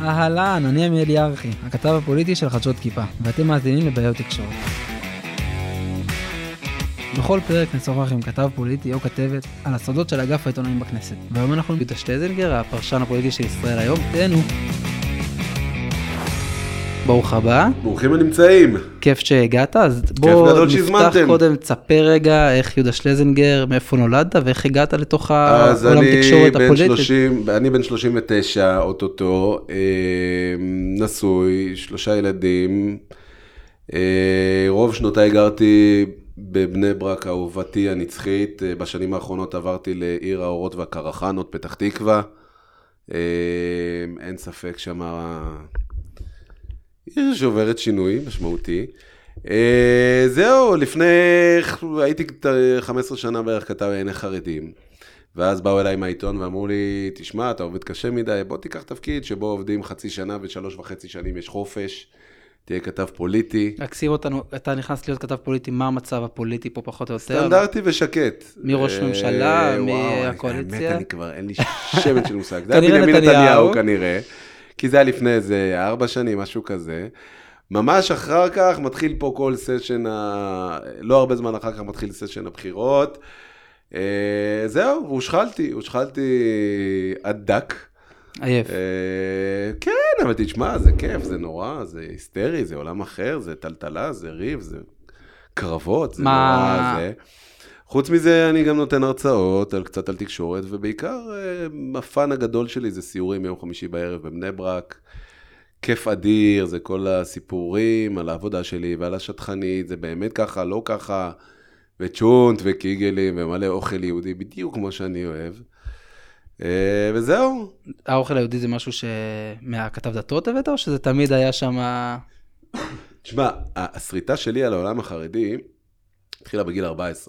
אהלן, אני עמיאל ירחי, הכתב הפוליטי של חדשות כיפה, ואתם מאזינים לבעיות תקשורת. בכל פרק נשוחח עם כתב פוליטי או כתבת על הסודות של אגף העיתונאים בכנסת. והיום אנחנו עם יהודה שלזינגר, הפרשן הפוליטי של ישראל היום. תהנו. ברוך הבא. ברוכים הנמצאים. כיף שהגעת, אז בוא נפתח קודם, תספר רגע איך יהודה שלזינגר, מאיפה נולדת ואיך הגעת לתוך העולם תקשורת הפוליטית. אני בן 39, אוטוטו, נשוי, 3 ילדים, רוב שנותיי גרתי בבני ברק אהובתי הנצחית, בשנים האחרונות עברתי לעיר האורות והקרחנות, פתח תקווה, אין ספק שמה עיר שעוברת שינוי משמעותי. זהו, הייתי 15 שנה בערך כתב עיני חרדים, ואז באו אליי מהעיתון ואמרו לי, תשמע, אתה עובד קשה מדי, בוא תיקח תפקיד שבו עובדים חצי שנה ו3.5 שנים יש חופש, תהיה כתב פוליטי. להקסים אותנו, אתה נכנס להיות כתב פוליטי, מה המצב הפוליטי פה פחות או יותר? סטנדרטי ושקט. מראש ממשלה, מהקואליציה? האמת, אני כבר, אין לי שמץ של מושג. זה היה בנימין נתניהו כנראה, כי זה היה לפני איזה 4 שנים, משהו כזה. ממש אחר כך מתחיל פה כל סשן, לא הרבה זמן אחר כך מתחיל סשן הבחירות. זהו, הושחלתי עד דק. עייף. כן, אבל תשמע, זה כיף, זה נורא, זה היסטרי, זה עולם אחר, זה טלטלה, זה ריב, זה קרבות, זה נורא, זה. חוץ מזה, אני גם נותן הרצאות קצת על תקשורת, ובעיקר הפן הגדול שלי זה סיורים יום חמישי בערב בבני ברק. כיף אדיר, זה כל הסיפורים על העבודה שלי ועל השטחנית, זה באמת ככה, לא ככה, וצ'ונט וקיגלים ומלא אוכל יהודי, בדיוק כמו שאני אוהב. וזהו. האוכל היהודי זה משהו שמהכתב דתות הבאת, או שזה תמיד היה שם? תשמע, הסריטה שלי על העולם החרדי התחילה בגיל 14.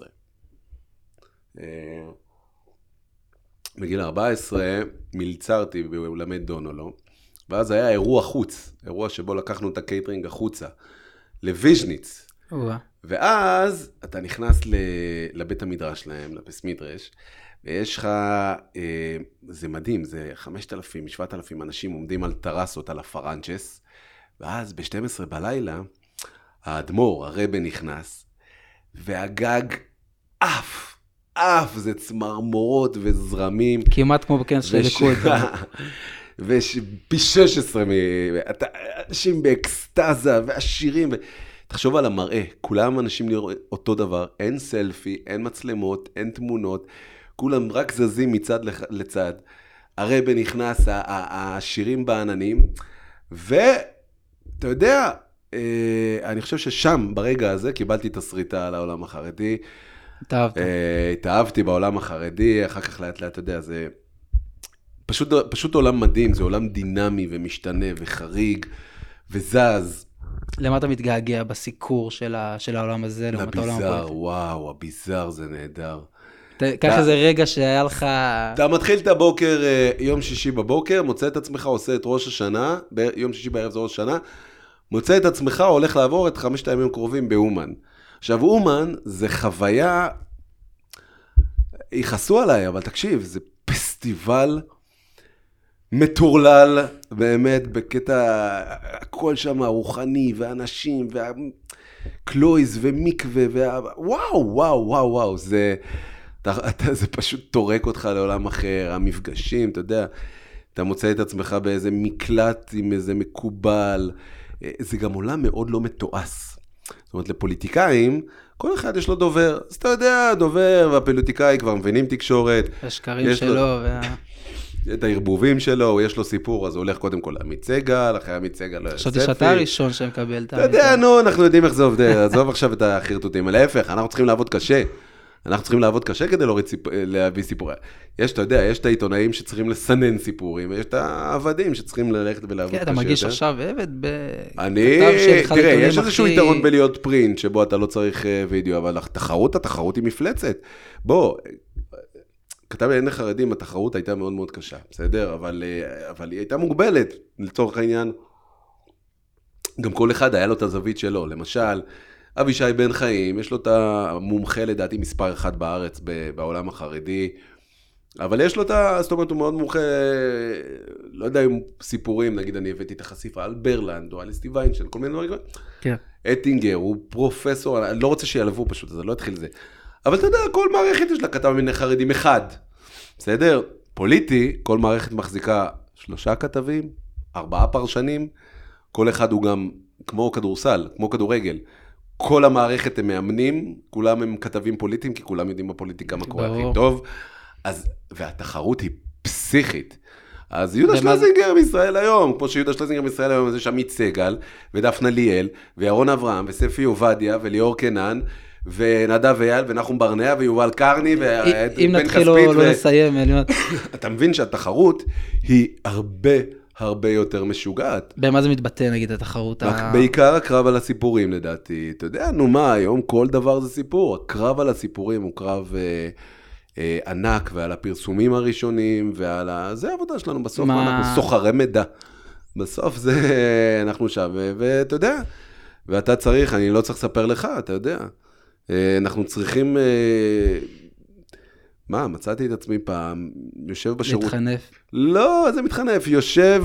בגיל 14 מלצרתי באולמי דונולו, ואז היה אירוע חוץ, אירוע שבו לקחנו את הקייטרינג החוצה, לויז'ניץ. ואז אתה נכנס לבית המדרש שלהם, לבית מדרש, ויש לך, זה מדהים, זה 5,000, 7,000 אנשים עומדים על טרסות, על הפרנצ'ס, ואז ב-12 בלילה, האדמו"ר, הרבי נכנס, והגג אף, זה צמרמורות וזרמים. כמעט כמו בכנס של ליכוד. ופי 16, אנשים באקסטזה ועשירים, תחשוב על המראה, כולם אנשים לראות אותו דבר, אין סלפי, אין מצלמות, אין תמונות, כולם רק זזים מצד לצד, הרבי נכנס, השירים בעננים, ואתה יודע, אני חושב ששם, ברגע הזה, קיבלתי את הסריטה על העולם החרדי. התאהבתי בעולם החרדי, אחר כך לאט לאט, אתה יודע, זה פשוט עולם מדהים, זה עולם דינמי ומשתנה וחריג וזז. למה אתה מתגעגע בסיקור של העולם הזה? לביזר, וואו, הביזר זה נהדר. ככה זה רגע שהיה לך... אתה מתחיל את הבוקר, יום שישי בבוקר, מוצא את עצמך, עושה את ראש השנה, יום שישי בערב זה ראש השנה, מוצא את עצמך, הולך לעבור את 5 הימים הקרובים באומן. עכשיו, אומן זה חוויה, יכעסו עליי, אבל תקשיב, זה פסטיבל מטורלל, באמת, בקטע, הכל שם רוחני, ואנשים, והקלויז, ומיקווה, וואו, זה פשוט תורק אותך לעולם אחר, המפגשים, אתה יודע, אתה מוצא את עצמך באיזה מקלט עם איזה מקובל, זה גם עולם מאוד לא מתועס. זאת אומרת, לפוליטיקאים, כל אחד יש לו דובר. אז אתה יודע, דובר והפוליטיקאי כבר מבינים תקשורת. השקרים שלו. את הערבובים שלו, יש לו סיפור, אז הוא הולך קודם כל לעמית סגל, אחרי עמית סגל לא חשבתי שאתה הראשון שמקבל את אתה יודע, נו, אנחנו יודעים איך זה עובד. עזוב עכשיו את החרטוטים. להפך, אנחנו צריכים לעבוד קשה. אנחנו צריכים לעבוד קשה כדי להביא סיפורים. אתה יודע, יש את העיתונאים שצריכים לסנן סיפורים, ויש את העבדים שצריכים ללכת ולעבוד קשה. כן, אתה מרגיש עכשיו עבד תראה, יש איזשהו יתרון בלהיות פרינט, שבו אתה לא צריך וידאו, אבל התחרות היא מפלצת. בוא, כתב עיני חרדים, התחרות הייתה מאוד מאוד קשה, בסדר? אבל היא הייתה מוגבלת, לצורך העניין. גם כל אחד היה לו את הזווית שלו. למשל, אבישי בן חיים, יש לו את המומחה לדעתי מספר 1 בארץ בעולם החרדי, אבל יש לו זאת אומרת, הוא מאוד מומחה, לא יודע אם סיפורים, נגיד אני הבאתי את החשיפה על ברלנד, או על אסטי ויינשטיין, כל מיני דברים. כן. אטינגר, הוא פרופסור, אני לא רוצה שילבו פשוט, אז אני לא אתחיל לזה. אבל אתה יודע, כל מערכת יש לה כתב מיני חרדים אחד. בסדר? פוליטי, כל מערכת מחזיקה 3 כתבים, 4 פרשנים, כל אחד הוא גם כמו כדורסל, כמו כדורגל. כל המערכת הם מאמנים, כולם הם כתבים פוליטיים, כי כולם יודעים בפוליטיקה מה קורה הכי טוב. והתחרות היא פסיכית. אז יהודה שלזינגר מישראל היום, כמו שיהודה שלזינגר מישראל היום, זה עמית סגל, ודפנה ליאל, וירון אברהם, וספי עובדיה, וליאור קנן, ונדב אייל, ונחום ברנע, ויובל קרני, אם נתחיל לא נסיים. אתה מבין שהתחרות היא הרבה יותר משוגעת. במה זה מתבטא, נגיד, התחרות? בעיקר הקרב על הסיפורים, לדעתי. אתה יודע, נו מה, היום כל דבר זה סיפור. הקרב על הסיפורים הוא קרב ענק, ועל הפרסומים הראשונים, זה העבודה שלנו בסוף, אנחנו סוחרי מידע. בסוף זה, אנחנו שם, ואתה יודע, ואתה צריך, אני לא צריך לספר לך, אתה יודע. אנחנו צריכים, מצאתי את עצמי פעם, יושב בשירות. מתחנף. לא, זה מתחנף, יושב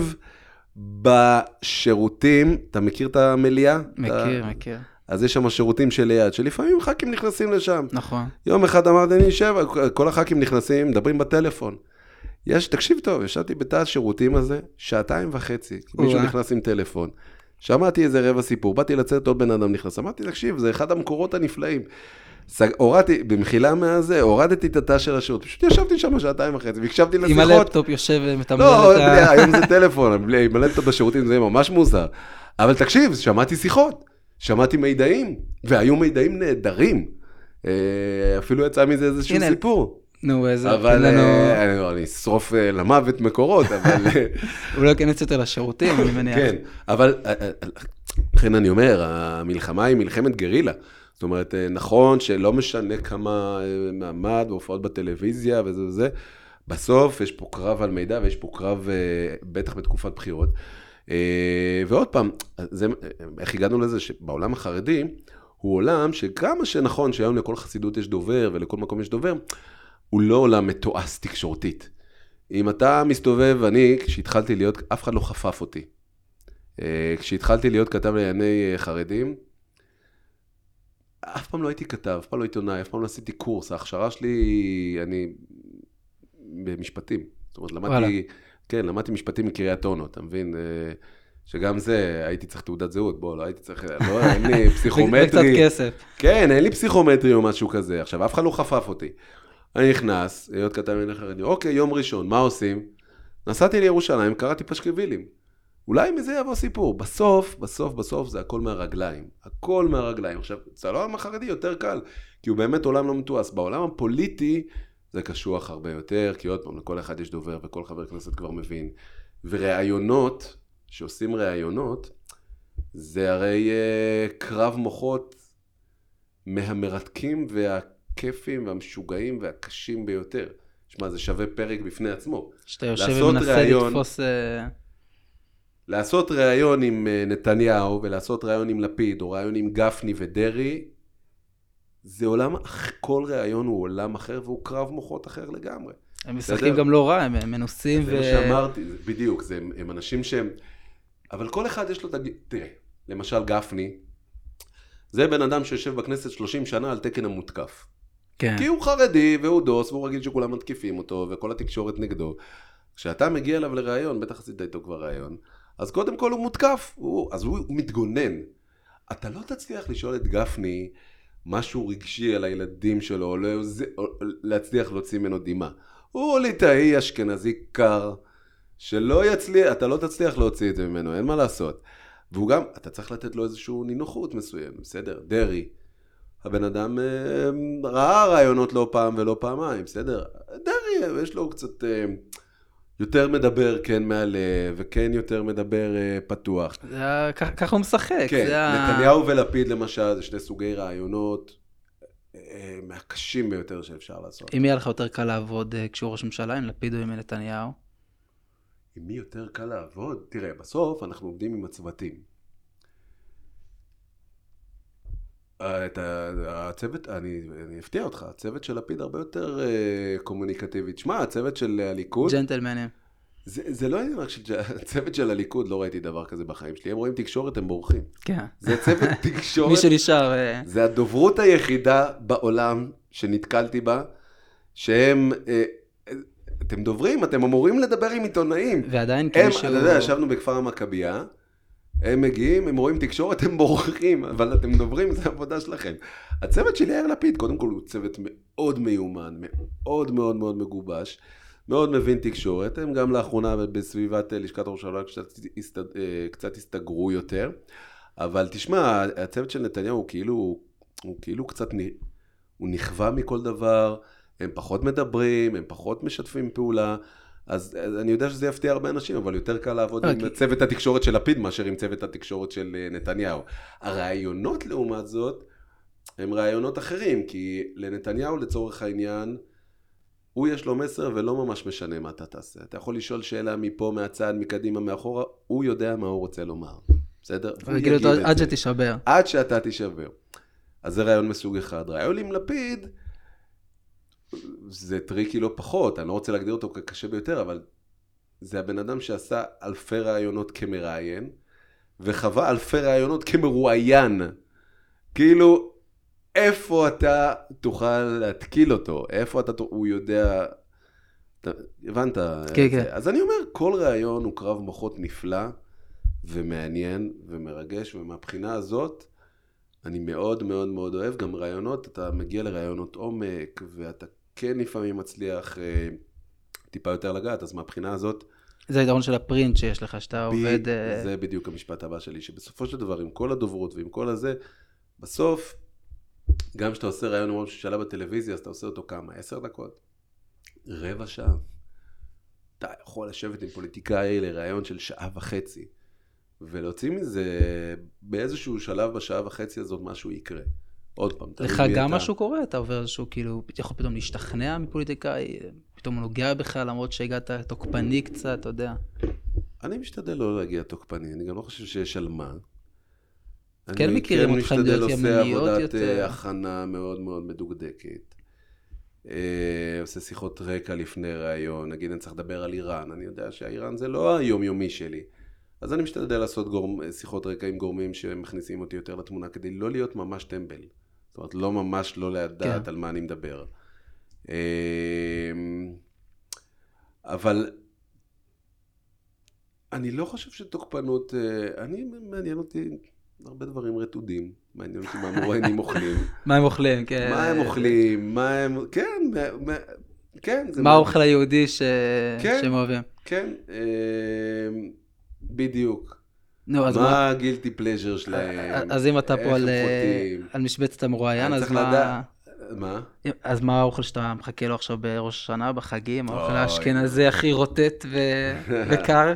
בשירותים, אתה מכיר את המליאה? מכיר. אז יש שם שירותים שליד, שלפעמים ח"כים נכנסים לשם. נכון. יום אחד אמרתי, אני יושב, כל הח"כים נכנסים, מדברים בטלפון. תקשיב טוב, ישבתי בתא השירותים הזה, 2.5 שעות, מישהו נכנס עם טלפון. שמעתי איזה רבע סיפור, באתי לצאת, עוד בן אדם נכנס, אמרתי, תקשיב, זה אחד המקורות הנפלאים. במחילה מהזה, הורדתי את התא של השירות, פשוט ישבתי שם 2.5 שעות, והקשבתי לשיחות. עם הלפטופ יושב ומתמלל את ה... לא, היום זה טלפון, עם הלפטופ בשירותים זה ממש מוזר. אבל תקשיב, שמעתי שיחות, שמעתי מידעים, והיו מידעים נהדרים. אפילו יצא מזה איזשהו סיפור. נו, איזה... אבל אני אשרוף למוות מקורות, אבל... הוא לא יכנס יותר לשירותים, אני מניח. כן, אבל לכן אני אומר, המלחמה היא מלחמת גרילה. זאת אומרת, נכון שלא משנה כמה מעמד והופעות בטלוויזיה וזה, בסוף יש פה קרב על מידע ויש פה קרב בטח בתקופת בחירות. ועוד פעם, איך הגענו לזה שבעולם החרדי הוא עולם שכמה שנכון שהיום לכל חסידות יש דובר ולכל מקום יש דובר, הוא לא עולם מתועש תקשורתית. אם אתה מסתובב, כשהתחלתי להיות, אף אחד לא חפף אותי. כשהתחלתי להיות כתב לענייני חרדים, אף פעם לא הייתי כתב, אף פעם לא עיתונאי, אף פעם לא עשיתי קורס. ההכשרה שלי, אני במשפטים. זאת אומרת, למדתי משפטים מקריית אונו, אתה מבין? שגם זה, הייתי צריך תעודת זהות, לא הייתי צריך, אין לי פסיכומטרי. וקצת כסף. כן, אין לי פסיכומטרי או משהו כזה. עכשיו, אף אחד לא חפף אותי. אני נכנס, להיות כתב לענייני חרדים. אוקיי, יום ראשון, מה עושים? נסעתי לירושלים, קראתי פשקווילים. אולי מזה יבוא סיפור. בסוף זה הכל מהרגליים. הכל מהרגליים. עכשיו, זה העולם החרדי יותר קל, כי הוא באמת עולם לא מתועש. בעולם הפוליטי זה קשוח הרבה יותר, כי עוד פעם, לכל אחד יש דובר, וכל חבר כנסת כבר מבין. וראיונות, שעושים ראיונות, זה הרי קרב מוחות מהמרתקים והכיפים והמשוגעים והקשים ביותר. שמה, זה שווה פרק בפני עצמו. שאתה יושב ומנסה לתפוס... לעשות ראיון עם נתניהו, ולעשות ראיון עם לפיד, או ראיון עם גפני ודרי, זה עולם, כל ראיון הוא עולם אחר, והוא קרב מוחות אחר לגמרי. הם משחקים גם לא רע, הם מנוסים זה מה שאמרתי, בדיוק, הם אנשים שהם... אבל כל אחד יש לו... תראה, למשל גפני, זה בן אדם שיושב בכנסת 30 שנה על תקן המותקף. כן. כי הוא חרדי, והוא דוס, והוא רגיל שכולם מתקיפים אותו, וכל התקשורת נגדו. כשאתה מגיע אליו לראיון, בטח עשית איתו כבר ראיון, אז קודם כל הוא מותקף, אז הוא מתגונן. אתה לא תצליח לשאול את גפני משהו רגשי על הילדים שלו, או להצליח להוציא ממנו דימה. הוא ליטאי אשכנזי קר, אתה לא תצליח להוציא את זה ממנו, אין מה לעשות. והוא גם, אתה צריך לתת לו איזשהו נינוחות מסוים, בסדר? דרי, הבן אדם ראה רעיונות לא פעם ולא פעמיים, בסדר? דרי, יש לו קצת... יותר מדבר כן מהלב, וכן יותר מדבר פתוח. ככה הוא משחק. כן, נתניהו ולפיד למשל, זה שני סוגי רעיונות מהקשים ביותר שאפשר לעשות. עם מי היה לך יותר קל לעבוד כשהוא ראש ממשלה, עם לפיד או עם נתניהו? עם מי יותר קל לעבוד? תראה, בסוף אנחנו עובדים עם הצוותים. הצוות, אני אפתיע אותך, הצוות של לפיד הרבה יותר קומוניקטיבי. תשמע, הצוות של הליכוד... ג'נטלמנים. זה לא העניין רק של הצוות של הליכוד, לא ראיתי דבר כזה בחיים שלי. הם רואים תקשורת, הם בורחים. כן. זה צוות תקשורת. מי שנשאר. זה הדוברות היחידה בעולם שנתקלתי בה, שהם... אתם דוברים, אתם אמורים לדבר עם עיתונאים. ועדיין אתה יודע, ישבנו בכפר המכבייה, הם מגיעים, הם רואים תקשורת, הם בורחים, אבל אתם דוברים, זה העבודה שלכם. הצוות של יאיר לפיד, קודם כל הוא צוות מאוד מיומן, מאוד מאוד מאוד מגובש, מאוד מבין תקשורת, הם גם לאחרונה בסביבת לשכת ראש הממשלה קצת הסתגרו יותר, אבל תשמע, הצוות של נתניהו הוא כאילו קצת, הוא נכווה מכל דבר, הם פחות מדברים, הם פחות משתפים פעולה, אז אני יודע שזה יפתיע הרבה אנשים, אבל יותר קל לעבוד עם צוות התקשורת של לפיד, מאשר עם צוות התקשורת של נתניהו. הרעיונות לעומת זאת, הם רעיונות אחרים, כי לנתניהו לצורך העניין, הוא יש לו מסר ולא ממש משנה מה אתה תעשה. אתה יכול לשאול שאלה מפה, מהצד, מקדימה, מאחורה, הוא יודע מה הוא רוצה לומר. בסדר? וגיד אותו עד שתשבר. עד שאתה תשבר. אז זה רעיון מסוג אחד. רעיון עם לפיד, זה טריקי לא פחות, אני לא רוצה להגדיר אותו כקשה ביותר, אבל זה הבן אדם שעשה אלפי רעיונות כמראיין, וחווה אלפי רעיונות כמרואיין. כאילו, איפה אתה תוכל להתקיל אותו? איפה הוא יודע... הבנת? כן, כן. אז אני אומר, כל רעיון הוא קרב מוחות נפלא, ומעניין, ומרגש, ומהבחינה הזאת, אני מאוד מאוד מאוד אוהב. גם רעיונות, אתה מגיע לרעיונות עומק, ואתה כן לפעמים מצליח טיפה יותר לגעת, אז מהבחינה הזאת... זה היתרון של הפרינט שיש לך, שאתה עובד... זה בדיוק המשפט הבא שלי, שבסופו של דבר, עם כל הדוברות ועם כל הזה, בסוף, גם שאתה עושה רעיון אומרים ששאלה בטלוויזיה, אז אתה עושה אותו כמה? 10 דקות? רבע שעה? אתה יכול לשבת עם פוליטיקאי לרעיון של 1.5 שעה, ולהוציא מזה באיזשהו שלב בשעה וחצי הזאת משהו יקרה. עוד פעם. לך גם משהו קורה? אתה עובר איזשהו כאילו, יכול פתאום להשתכנע מפוליטיקאי, פתאום נוגע בך למרות שהגעת תוקפני קצת, אתה יודע. אני משתדל לא להגיע תוקפני, אני גם לא חושב שיש על מה. כן מכירים אותך להיות ימניות יותר. אני משתדל עושה עבודת הכנה מאוד מאוד מדוקדקת. עושה שיחות רקע לפני ראיון, נגיד אני צריך לדבר על איראן, אני יודע שהאיראן זה לא היומיומי שלי. אז אני משתדל לעשות שיחות רקע עם גורמים שמכניסים אותי יותר לתמונה, כדי לא להיות ממש טמבל. זאת אומרת, לא ממש לא לדעת על מה אני מדבר. אבל אני לא חושב שתוקפנות, מעניין אותי הרבה דברים רטודים. מעניין אותי מה המרואיינים אוכלים. מה הם אוכלים, כן. מה הם אוכלים, מה הם... כן, כן. מה האוכל היהודי שהם אוהבים. כן, בדיוק. מה הגילטי פלז'ר שלהם? אז אם אתה פה על משבצת המרואיין, אז מה? אז מה האוכל שאתה מחכה לו עכשיו בראש השנה, בחגים? האוכל האשכנזי הכי רוטט וקר?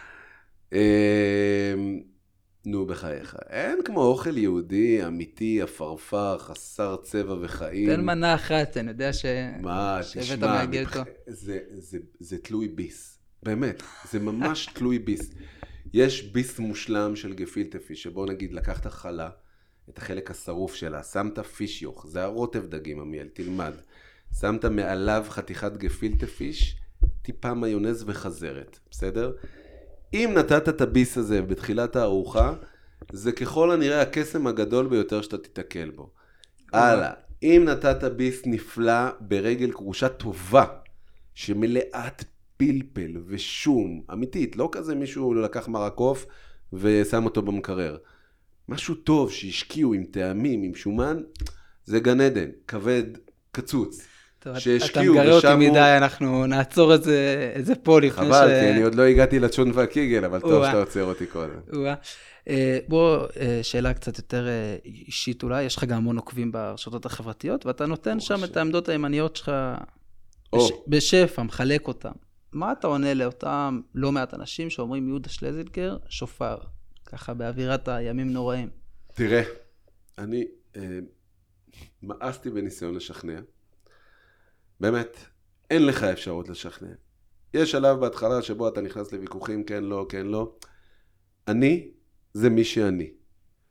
נו, בחייך. אין כמו אוכל יהודי, אמיתי, אפרפר, חסר צבע וחיים. תן מנה אחת, אני יודע מה, תשמע, זה תלוי ביס. באמת, זה ממש תלוי ביס. יש ביס מושלם של גפילטה פיש, שבו נגיד לקחת חלה, את החלק השרוף שלה, שמת פישיוך, זה הרוטב דגים עמיאל, תלמד. שמת מעליו חתיכת גפילטה פיש, טיפה מיונז וחזרת, בסדר? אם נתת את הביס הזה בתחילת הארוחה, זה ככל הנראה הקסם הגדול ביותר שאתה תתקל בו. הלאה, אם נתת ביס נפלא ברגל קרושה טובה, שמלאת פלפל ושום, אמיתית, לא כזה מישהו לקח מרקוף ושם אותו במקרר. משהו טוב שהשקיעו עם טעמים, עם שומן, זה גן עדן, כבד, קצוץ. אתה מגרה אותי מדי, אנחנו נעצור את זה פה לפני חבל, כי אני עוד לא הגעתי לצ'ון והקיגל, אבל טוב שאתה עוצר אותי קודם. בוא, שאלה קצת יותר אישית אולי, יש לך גם המון עוקבים ברשתות החברתיות, ואתה נותן שם את העמדות הימניות שלך בשפע, מחלק אותם. מה אתה עונה לאותם לא מעט אנשים שאומרים יהודה שלזינגר שופר, ככה באווירת הימים נוראים? תראה, אני מאסתי בניסיון לשכנע. באמת, אין לך אפשרות לשכנע. יש שלב בהתחלה שבו אתה נכנס לוויכוחים, כן, לא, כן, לא. אני, זה מי שאני.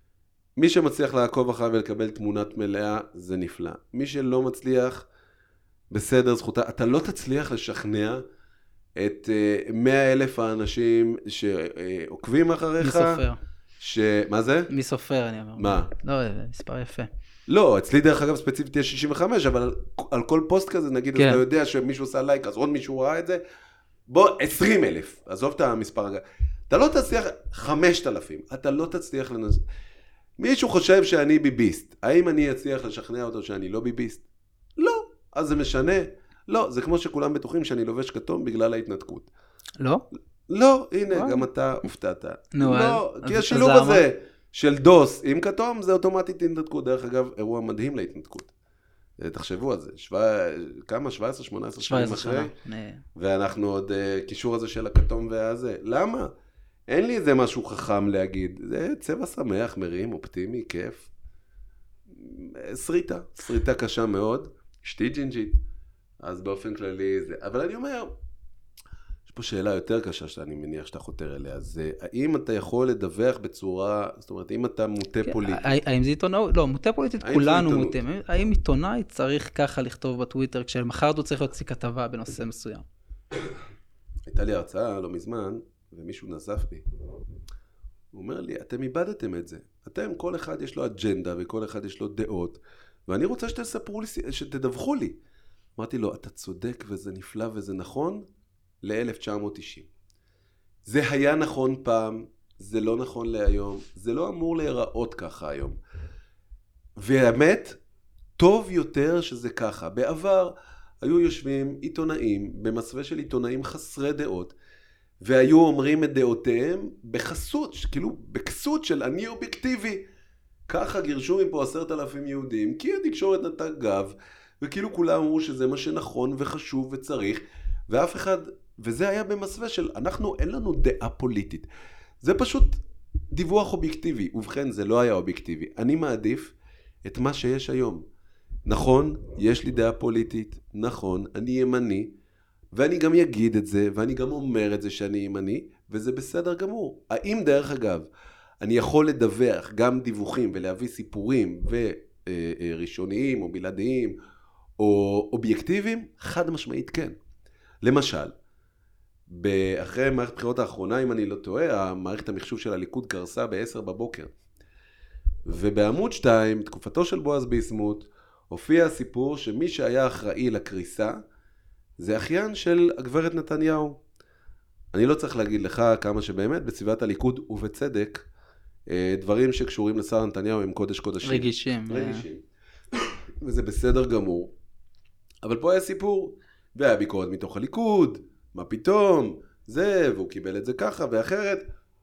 מי שמצליח לעקוב אחריו ולקבל תמונת מלאה, זה נפלא. מי שלא מצליח, בסדר, זכותה. אתה לא תצליח לשכנע את 100,000 האנשים שעוקבים אחריך. מי סופר? מה זה? מי סופר, אני אומר. מה? לא, מספר יפה. לא, אצלי דרך אגב ספציפית יש 65, אבל על כל פוסט כזה, נגיד, כן. אתה יודע שמישהו עושה לייק, אז עוד מישהו ראה את זה, בוא, 20,000, עזוב את המספר הגדול. אתה לא תצליח, 5,000, אתה לא תצליח מישהו חושב שאני ביביסט, האם אני אצליח לשכנע אותו שאני לא ביביסט? לא, אז זה משנה. לא, זה כמו שכולם בטוחים שאני לובש כתום בגלל ההתנתקות. לא? לא, הנה, גם אתה הופתעת. נו, לא, כי השילוב הזה של דוס עם כתום, זה אוטומטית התנתקות. דרך אגב, אירוע מדהים להתנתקות. תחשבו על זה, כמה? 17, 18 שנים אחרי? ואנחנו עוד קישור הזה של הכתום והזה. למה? אין לי איזה משהו חכם להגיד. זה צבע שמח, מרים, אופטימי, כיף. שריטה קשה מאוד. אשתי ג'ינג'ית. אז באופן כללי זה. אבל אני אומר, יש פה שאלה יותר קשה שאני מניח שאתה חותר אליה. זה האם אתה יכול לדווח בצורה, זאת אומרת, אם אתה מוטה פוליטית. האם זה עיתונאות? לא, מוטה פוליטית כולנו מוטים. האם עיתונאי צריך ככה לכתוב בטוויטר, כשמחר הוא צריך להוציא כתבה בנושא מסוים? הייתה לי הרצאה לא מזמן, ומישהו נזף בי. הוא אומר לי, אתם איבדתם את זה. אתם, כל אחד יש לו אג'נדה, וכל אחד יש לו דעות, ואני רוצה שתספרו לי, שתדווחו לי. אמרתי לו, אתה צודק וזה נפלא וזה נכון ל-1990. זה היה נכון פעם, זה לא נכון להיום, זה לא אמור להיראות ככה היום. והאמת, טוב יותר שזה ככה. בעבר היו יושבים עיתונאים, במסווה של עיתונאים חסרי דעות, והיו אומרים את דעותיהם בחסות, כאילו בכסות של אני אובייקטיבי. ככה גירשו מפה 10,000 יהודים, כי התקשורת נתנה גב, וכאילו כולם אמרו שזה מה שנכון וחשוב וצריך, ואף אחד, וזה היה במסווה של אנחנו, אין לנו דעה פוליטית. זה פשוט דיווח אובייקטיבי, ובכן זה לא היה אובייקטיבי. אני מעדיף את מה שיש היום. נכון, יש לי דעה פוליטית, נכון, אני ימני, ואני גם אגיד את זה, ואני גם אומר את זה שאני ימני, וזה בסדר גמור. האם דרך אגב, אני יכול לדווח גם דיווחים ולהביא סיפורים וראשוניים או בלעדיים או אובייקטיביים? חד משמעית כן. למשל, אחרי מערכת בחירות האחרונה, אם אני לא טועה, המערכת המחשוב של הליכוד קרסה ב-10 בבוקר. ובעמוד 2, תקופתו של בועז ביסמוט, הופיע הסיפור שמי שהיה אחראי לקריסה, זה אחיין של הגברת נתניהו. אני לא צריך להגיד לך כמה שבאמת בסביבת הליכוד ובצדק, דברים שקשורים לשר נתניהו הם קודש קודשים. רגישים. וזה בסדר גמור. אבל פה היה סיפור, והיה ביקורת מתוך הליכוד, מה פתאום, זה, והוא קיבל את זה ככה ואחרת.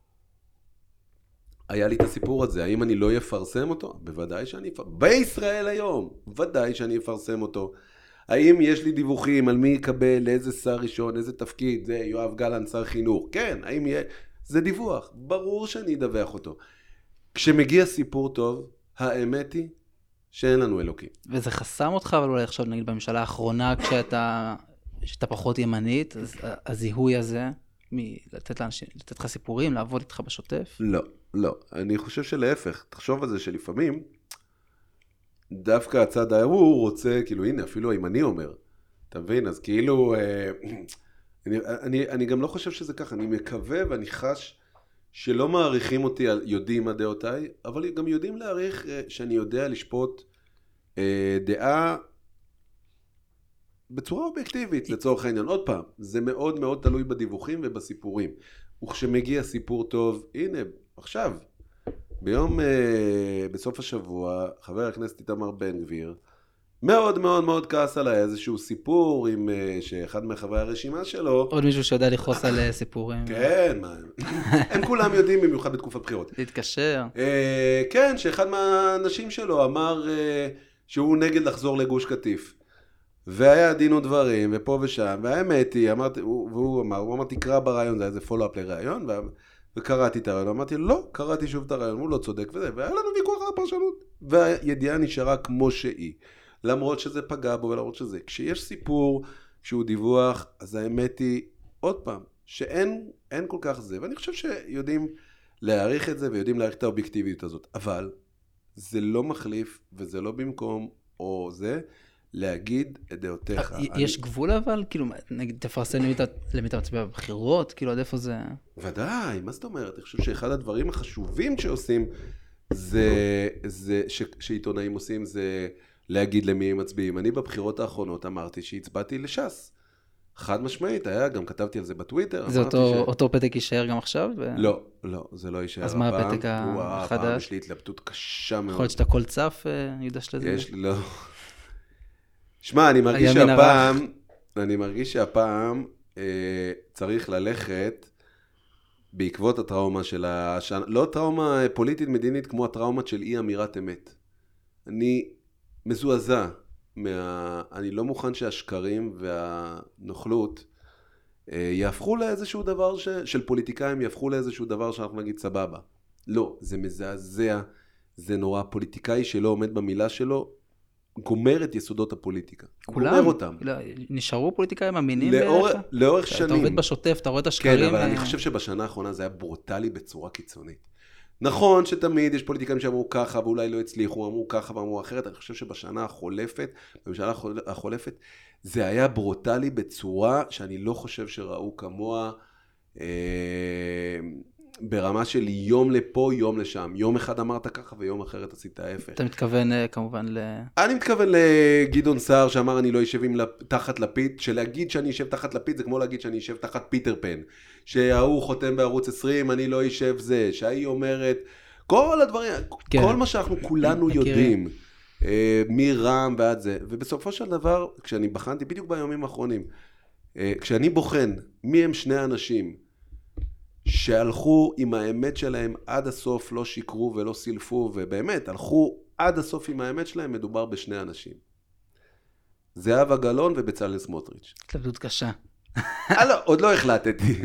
היה לי את הסיפור הזה, האם אני לא אפרסם אותו? בוודאי שאני אפרסם. בישראל היום, ודאי שאני אפרסם אותו. האם יש לי דיווחים על מי יקבל, לאיזה שר ראשון, איזה תפקיד, זה יואב גלנט, שר חינוך. כן, האם יהיה... זה דיווח, ברור שאני אדווח אותו. כשמגיע סיפור טוב, האמת היא שאין לנו אלוקים. וזה חסם אותך, אבל אולי עכשיו נגיד בממשלה האחרונה, כשאתה פחות ימנית, אז הזיהוי הזה, לתת לך סיפורים, לעבוד איתך בשוטף? לא, לא. אני חושב שלהפך, תחשוב על זה שלפעמים, דווקא הצד ההוא רוצה, כאילו הנה, אפילו הימני אומר, אתה מבין? אז כאילו, אני גם לא חושב שזה ככה, אני מקווה ואני חש שלא מעריכים אותי, יודעים מה דעותיי, אבל גם יודעים להעריך שאני יודע לשפוט דעה בצורה אובייקטיבית לצורך העניין. עוד פעם, זה מאוד מאוד תלוי בדיווחים ובסיפורים. וכשמגיע סיפור טוב, הנה, עכשיו, בסוף השבוע, חבר הכנסת איתמר בן גביר, מאוד מאוד מאוד כעס עליי איזשהו סיפור עם שאחד מחברי הרשימה שלו. עוד מישהו שיודע לכעוס על סיפורים. כן, הם כולם יודעים במיוחד בתקופת בחירות. להתקשר. כן, שאחד מהאנשים שלו אמר שהוא נגד לחזור לגוש קטיף. והיה דין ודברים, ופה ושם, והאמת היא, והוא אמר, תקרא ברעיון, זה היה איזה פולו-אפ לרעיון, וקראתי את הרעיון, אמרתי, לא, קראתי שוב את הרעיון, הוא לא צודק וזה, והיה לנו ויכוח על הפרשנות, והידיעה נשארה כמו שהיא, למרות שזה פגע בו ולמרות שזה. כשיש סיפור, כשהוא דיווח, אז האמת היא, עוד פעם, שאין כל כך זה, ואני חושב שיודעים להעריך את זה, ויודעים להעריך את האובייקטיביות הזאת, אבל זה לא מחליף, וזה לא במקום, או זה, להגיד את דעותיך. יש גבול אבל? כאילו, נגיד, תפרסם למי אתה מצביע בבחירות? כאילו, עד איפה זה... ודאי, מה זאת אומרת? אני חושב שאחד הדברים החשובים שעושים, שעיתונאים עושים, זה להגיד למי הם מצביעים. אני בבחירות האחרונות אמרתי שהצבעתי לש"ס. חד משמעית, גם כתבתי על זה בטוויטר. זה אותו פתק יישאר גם עכשיו? לא, זה לא יישאר. אז מה הפתק החדש? הפעם יש לי התלבטות קשה מאוד. יכול להיות שאתה כל צף, יודע שלזה? יש לי, לא. שמע, אני מרגיש שהפעם צריך ללכת בעקבות הטראומה של לא טראומה פוליטית מדינית, כמו הטראומה של אי אמירת אמת. אני מזועזע. אני לא מוכן שהשקרים והנוכלות יהפכו לאיזשהו דבר של פוליטיקאים, יהפכו לאיזשהו דבר שאנחנו נגיד סבבה. לא, זה מזעזע, זה נורא. פוליטיקאי שלא עומד במילה שלו, גומר את יסודות הפוליטיקה. כולם? גומר אותם. נשארו פוליטיקאים אמינים בערך? לאורך שנים. אתה עובד בשוטף, אתה רואה את השקרים. כן, אבל אני חושב שבשנה האחרונה זה היה ברוטלי בצורה קיצונית. נכון שתמיד יש פוליטיקאים שאמרו ככה, ואולי לא הצליחו, אמרו ככה ואמרו אחרת. אני חושב שבשנה החולפת, זה היה ברוטלי בצורה שאני לא חושב שראו כמוה, ברמה של יום לפה, יום לשם. יום אחד אמרת ככה ויום אחרת עשית ההפך. אתה מתכוון כמובן אני מתכוון לגדעון סער שאמר אני לא יושב תחת לפיד, שלהגיד שאני יושב תחת לפיד זה כמו להגיד שאני יושב תחת פיטר פן. שההוא חותם בערוץ 20, אני לא יושב זה. שהיא אומרת, כל הדברים, כן. כל מה שאנחנו כולנו יודעים, מרם ועד זה. ובסופו של דבר, כשאני בחנתי, בדיוק ביומים האחרונים, כשאני בוחן מי הם שני אנשים, שהלכו עם האמת שלהם עד הסוף, לא שיקרו ולא סילפו, ובאמת, הלכו עד הסוף עם האמת שלהם, מדובר בשני אנשים. זהבה גלאון ובצלאל סמוטריץ'. התלבטות קשה. עוד לא החלטתי.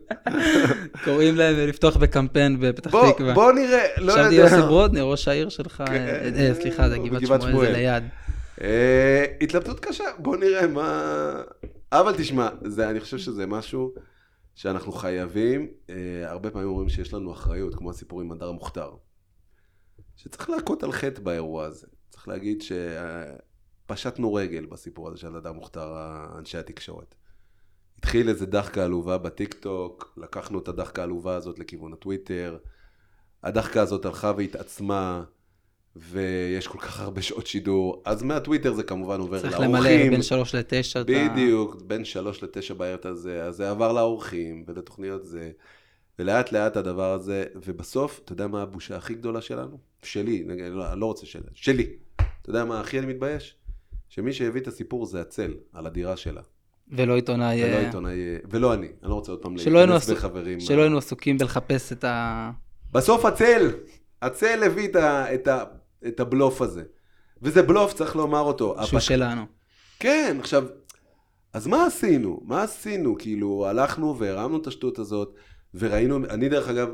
קוראים להם לפתוח בקמפיין בפתח תקווה. בוא נראה. חשבתי יוסי ברודני, ראש העיר שלך, סליחה, זה גבעת שמואל, זה ליד. התלבטות קשה, בוא נראה מה... אבל תשמע, אני חושב שזה משהו... שאנחנו חייבים, הרבה פעמים אומרים שיש לנו אחריות, כמו הסיפור עם הדר מוכתר, שצריך להכות על חטא באירוע הזה. צריך להגיד שפשטנו רגל בסיפור הזה של הדר מוכתר, אנשי התקשורת. התחיל איזה דחקה עלובה בטיקטוק, לקחנו את הדחקה העלובה הזאת לכיוון הטוויטר, הדחקה הזאת הלכה והתעצמה, ויש כל כך הרבה שעות שידור, אז מהטוויטר זה כמובן עובר לאורחים. צריך למלא בין 3 ל-9. בדיוק, בין 3 ל-9 בעיות הזה, אז זה עבר לאורחים ולתוכניות זה, ולאט לאט הדבר הזה, ובסוף, אתה יודע מה הבושה הכי גדולה שלנו? שלי, אני לא רוצה שלי. אתה יודע מה הכי אני מתבייש? שמי שהביא את הסיפור זה הצל, על הדירה שלה. ולא עיתונאי... ולא אני לא רוצה עוד פעם להיכנס בחברים. שלא היינו עסוקים בלחפש את ה... בסוף הצל הביא את הבלוף הזה. וזה בלוף, צריך לומר אותו. שהוא שלנו. כן, עכשיו, אז מה עשינו? כאילו, הלכנו והרמנו את השטות הזאת, וראינו, אני דרך אגב,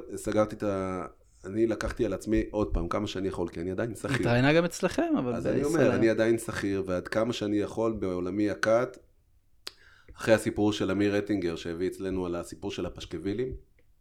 אני לקחתי על עצמי עוד פעם, כמה שאני יכול, כי אני עדיין שכיר. התראיינה גם אצלכם, אבל... אז אני אומר, אני עדיין שכיר, ועד כמה שאני יכול בעולמי הקאט, אחרי הסיפור של אמיר רטינגר, שהביא אצלנו על הסיפור של הפשקווילים,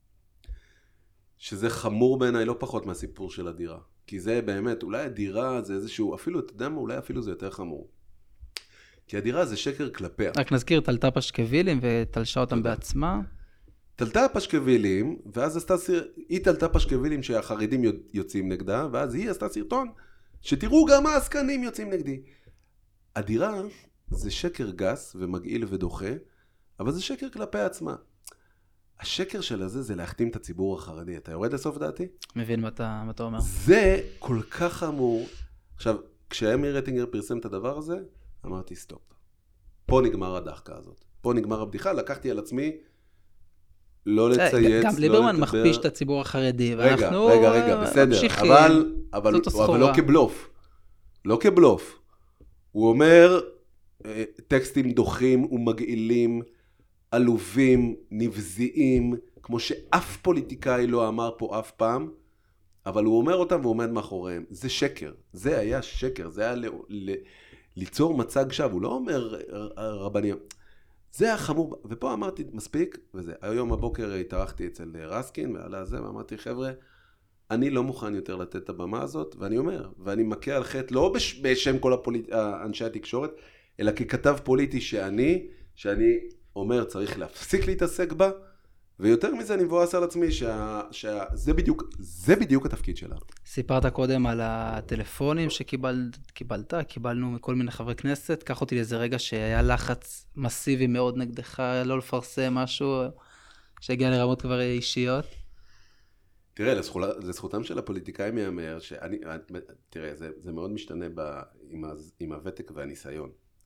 שזה חמור בעיניי לא פחות מהסיפור של הדירה. כי זה באמת, אולי הדירה זה איזשהו, אפילו, אתה יודע מה, אולי אפילו זה יותר חמור. כי הדירה זה שקר כלפיה. רק נזכיר, תלתה פשקווילים ותלשה אותם בעצמה. תלתה פשקווילים, ואז היא תלתה פשקווילים שהחרדים יוצאים נגדה, ואז היא עשתה סרטון, שתראו גם מה העסקנים יוצאים נגדי. הדירה זה שקר גס ומגעיל ודוחה, אבל זה שקר כלפי עצמה. השקר של הזה זה להחתים את הציבור החרדי. אתה יורד לסוף דעתי? מבין מה אתה אומר. זה כל כך חמור. עכשיו, כשאמיר רטינגר פרסם את הדבר הזה, אמרתי סטופ. פה נגמר הדחקה הזאת. פה נגמר הבדיחה. לקחתי על עצמי לא לצייץ, גם ליברמן מכפיש את הציבור החרדי, ואנחנו רגע, בסדר. אבל לא כבלוף. לא כבלוף. הוא אומר, טקסטים דוחים ומגעילים, עלובים, נבזיים, כמו שאף פוליטיקאי לא אמר פה אף פעם, אבל הוא אומר אותם ועומד מאחוריהם. זה שקר. זה היה שקר. זה היה ליצור מצג שווא. הוא לא אומר רבנים. זה היה חמור. ופה אמרתי, מספיק, וזה. היום הבוקר התארחתי אצל רסקין, ועלה זה, ואמרתי, חבר'ה, אני לא מוכן יותר לתת את הבמה הזאת, ואני אומר, ואני מכה על חטא, לא בשם כל אנשי התקשורת, אלא ככתב פוליטי שאני אומר, צריך להפסיק להתעסק בה, ויותר מזה אני מבואס על עצמי, שזה בדיוק התפקיד שלה. סיפרת קודם על הטלפונים קיבלנו מכל מיני חברי כנסת, קח אותי לאיזה רגע שהיה לחץ מסיבי מאוד נגדך, לא לפרסם משהו, שהגיע לרמות כבר אישיות. תראה, לזכותם של הפוליטיקאים יאמר, תראה, זה מאוד משתנה עם הוותק והניסיון.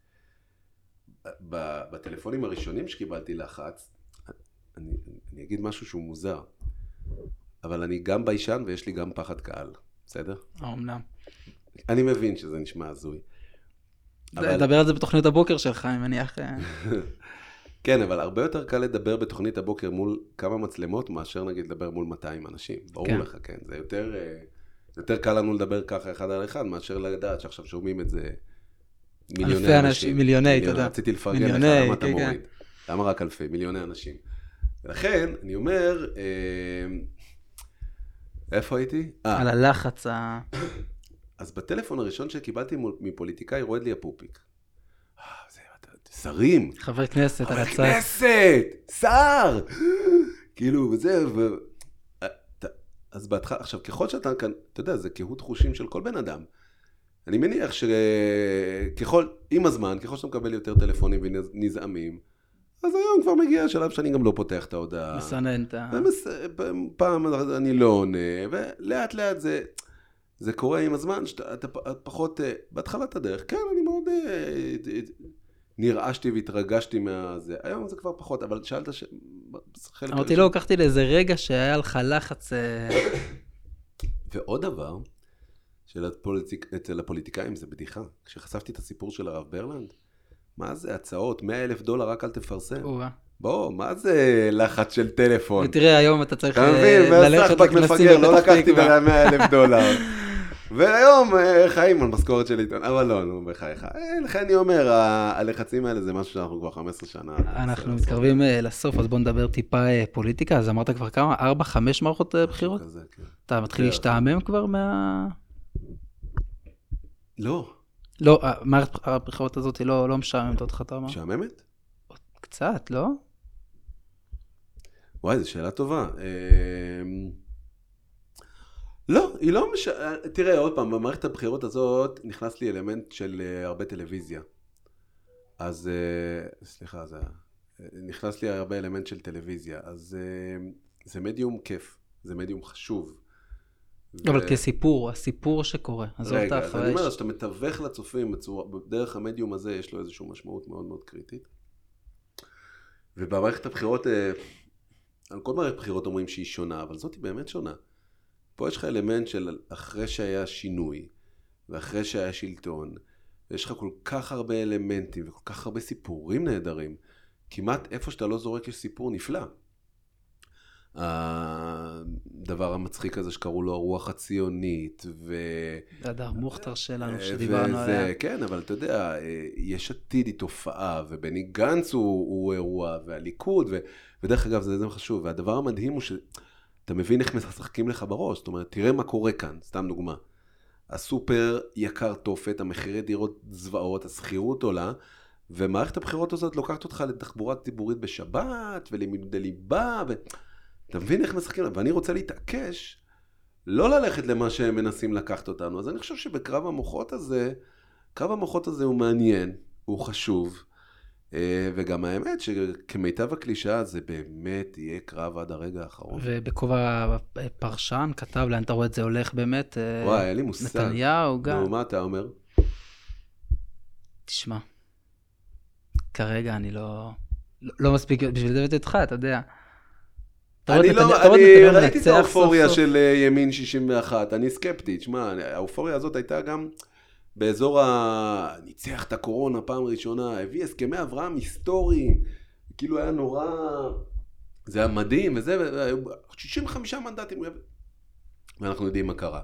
בטלפונים הראשונים שקיבלתי לחץ, אני אגיד משהו שהוא מוזר, אבל אני גם ביישן ויש לי גם פחד קהל, בסדר? אמנם. אני מבין שזה נשמע הזוי. דבר על זה בתוכנית הבוקר שלך, אני מניח. כן, אבל הרבה יותר קל לדבר בתוכנית הבוקר מול כמה מצלמות, מאשר נגיד לדבר מול 200 אנשים. ברור לך, כן. זה יותר קל לנו לדבר ככה אחד על אחד, מאשר לדעת שעכשיו שומעים את זה מיליוני אנשים. מיליוני, תודה. רציתי לפרגן לך, למה אתה מוריד? למה רק אלפי, מיליוני אנשים. ולכן, אני אומר, איפה הייתי? על הלחץ אז בטלפון הראשון שקיבלתי מפוליטיקאי, רועד לי הפופיק. שרים. חבר כנסת על הצד. חבר כנסת! שר! כאילו, וזה, אז בהתחלה, עכשיו, ככל שאתה כאן, אתה יודע, זה קהות חושים של כל בן אדם. אני מניח עם הזמן, ככל שאתה מקבל יותר טלפונים ונזעמים, אז היום כבר מגיע השלב שאני גם לא פותח את ההודעה. מסנן. פעם אני לא עונה, ולאט לאט זה קורה עם הזמן, שאתה פחות, בהתחלת הדרך, כן, אני מאוד נרעשתי והתרגשתי מהזה. היום זה כבר פחות, אבל שאלת אמרתי לא, לקחתי לאיזה רגע שהיה לך לחץ. ועוד דבר, אצל הפוליטיקאים זה בדיחה. כשחשפתי את הסיפור של הרב ברלנד, מה זה הצעות? $100,000 רק אל תפרסם. בוא, מה זה לחץ של טלפון? ותראה, היום אתה צריך ללכת לכנסים לא לקחתי $100,000. והיום חיים על משכורת של עיתון, אבל לא, נו, בחייך. לכן אני אומר, הלחצים האלה זה משהו שאנחנו כבר 15 שנה. אנחנו מתקרבים לסוף, אז בוא נדבר טיפה פוליטיקה. אז אמרת כבר כמה? 4-5 מערכות בחירות? אתה מתחיל להשתעמם כבר לא. לא, מערכת הבחירות הזאת לא משעממת אותך, אתה אומר? משעממת? קצת, לא? וואי, זו שאלה טובה. לא, היא לא תראה, עוד פעם, במערכת הבחירות הזאת נכנס לי אלמנט של הרבה טלוויזיה. אז, סליחה, נכנס לי הרבה אלמנט של טלוויזיה. אז זה מדיום כיף, זה מדיום חשוב. אבל כסיפור, הסיפור שקורה. רגע, אז אני אומר, שאתה מתווך לצופים דרך המדיום הזה, יש לו איזושהי משמעות מאוד מאוד קריטית. ובמערכת הבחירות, על כל מערכת בחירות אומרים שהיא שונה, אבל זאת היא באמת שונה. פה יש לך אלמנט של אחרי שהיה שינוי, ואחרי שהיה שלטון, ויש לך כל כך הרבה אלמנטים, וכל כך הרבה סיפורים נהדרים, כמעט איפה שאתה לא זורק יש סיפור נפלא. הדבר המצחיק הזה שקראו לו הרוח הציונית, הדר מוכתר שלנו שדיברנו עליה. כן, אבל אתה יודע, יש עתיד היא תופעה, ובני גנץ הוא אירוע, והליכוד, ודרך אגב זה חשוב, והדבר המדהים הוא שאתה מבין איך משחקים לך בראש, זאת אומרת, תראה מה קורה כאן, סתם דוגמה. הסופר יקר תופת, המחירי דירות זוועות, הסחירות עולה, ומערכת הבחירות הזאת לוקחת אותך לתחבורה ציבורית בשבת, ולימודי ליבה, אתה מבין איך משחקים? ואני רוצה להתעקש, לא ללכת למה שהם מנסים לקחת אותנו. אז אני חושב שבקרב המוחות הזה, קרב המוחות הזה הוא מעניין, הוא חשוב, וגם האמת שכמיטב הקלישה זה באמת יהיה קרב עד הרגע האחרון. ובכובע פרשן, כתב, לאן אתה רואה את זה הולך באמת? וואי, היה לי מושג. נתניהו, גם. נו, מה אתה אומר? תשמע, כרגע אני לא מספיק בשביל לדעת איתך, אתה יודע. אני ראיתי את האופוריה של ימין 61, אני סקפטי, תשמע, האופוריה הזאת הייתה גם באזור ניצח את הקורונה פעם ראשונה, הביא הסכמי אברהם היסטוריים, כאילו היה נורא, זה היה מדהים, וזה, 65 מנדטים, ואנחנו יודעים מה קרה.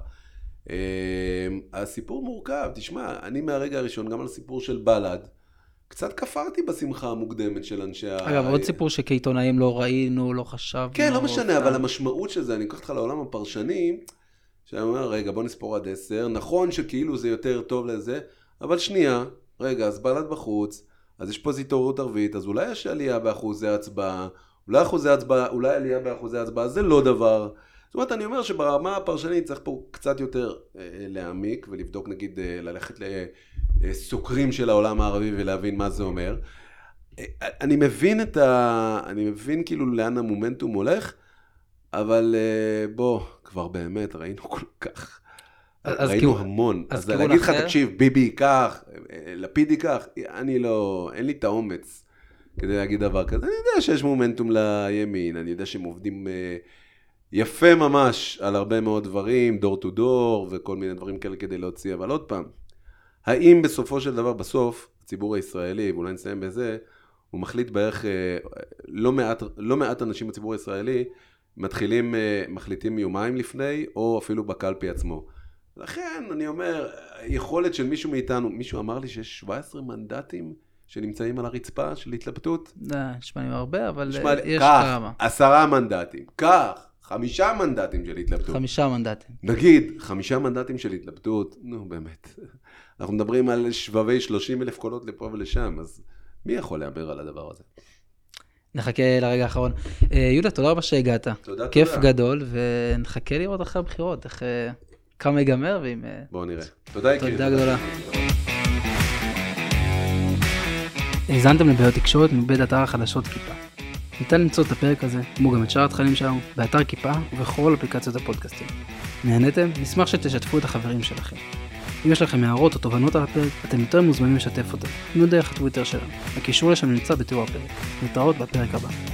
הסיפור מורכב, תשמע, אני מהרגע הראשון, גם על הסיפור של בל"ד, קצת כפרתי בשמחה המוקדמת של אנשי אגב, עוד סיפור שכעיתונאים לא ראינו, לא חשבנו. כן, לא משנה, אבל המשמעות של זה, אני אקח אותך לעולם הפרשני, שאני אומר, רגע, בוא נספור עד 10, נכון שכאילו זה יותר טוב לזה, אבל שנייה, רגע, אז בלט בחוץ, אז יש פה זיתורות ערבית, אז אולי יש עלייה באחוזי הצבעה, אולי עלייה באחוזי הצבעה, זה לא דבר. זאת אומרת, אני אומר שברמה הפרשנית צריך פה קצת יותר להעמיק, ולבדוק נגיד, ללכת לסוקרים של העולם הערבי ולהבין מה זה אומר. אני מבין כאילו לאן המומנטום הולך, אבל בוא, כבר באמת ראינו כל כך, ראינו המון. אז להגיד לך, תקשיב, ביבי ייקח, לפיד ייקח, אין לי את האומץ כדי להגיד דבר כזה. אני יודע שיש מומנטום לימין, אני יודע שהם עובדים יפה ממש על הרבה מאוד דברים, דור טו דור וכל מיני דברים כאלה כדי להוציא, אבל עוד פעם, האם בסופו של דבר, בסוף, הציבור הישראלי, ואולי נסיים בזה, הוא מחליט בערך, לא מעט אנשים בציבור הישראלי, מחליטים יומיים לפני, או אפילו בקלפי עצמו. לכן, אני אומר, יכולת של מישהו מאיתנו, מישהו אמר לי שיש 17 מנדטים שנמצאים על הרצפה של התלבטות. נשמע לי הרבה, אבל יש כמה. 10 מנדטים, כך, 5 מנדטים של התלבטות. 5 מנדטים. נגיד, 5 מנדטים של התלבטות, נו באמת. אנחנו מדברים על שבבי 30,000 קולות לפה ולשם, אז מי יכול להיאמר על הדבר הזה? נחכה לרגע האחרון. יהודה, תודה רבה שהגעת. תודה. כיף גדול, ונחכה לראות אחרי הבחירות, כמה ייגמר ועם... בואו נראה. תודה, יקיר. תודה גדולה. האזנתם לבעיות תקשורת מבית אתר החדשות כיפה. ניתן למצוא את הפרק הזה, כמו גם את שאר התכנים שלנו, באתר כיפה ובכל אפליקציות הפודקאסטים. נהניתם? נשמח שתשתפו את החברים שלכם. אם יש לכם הערות או תובנות על הפרק, אתם יותר מוזמנים לשתף אותם. תנו דרך הטוויטר שלנו. הקישור לשם נמצא בתיאור הפרק. נתראות בפרק הבא.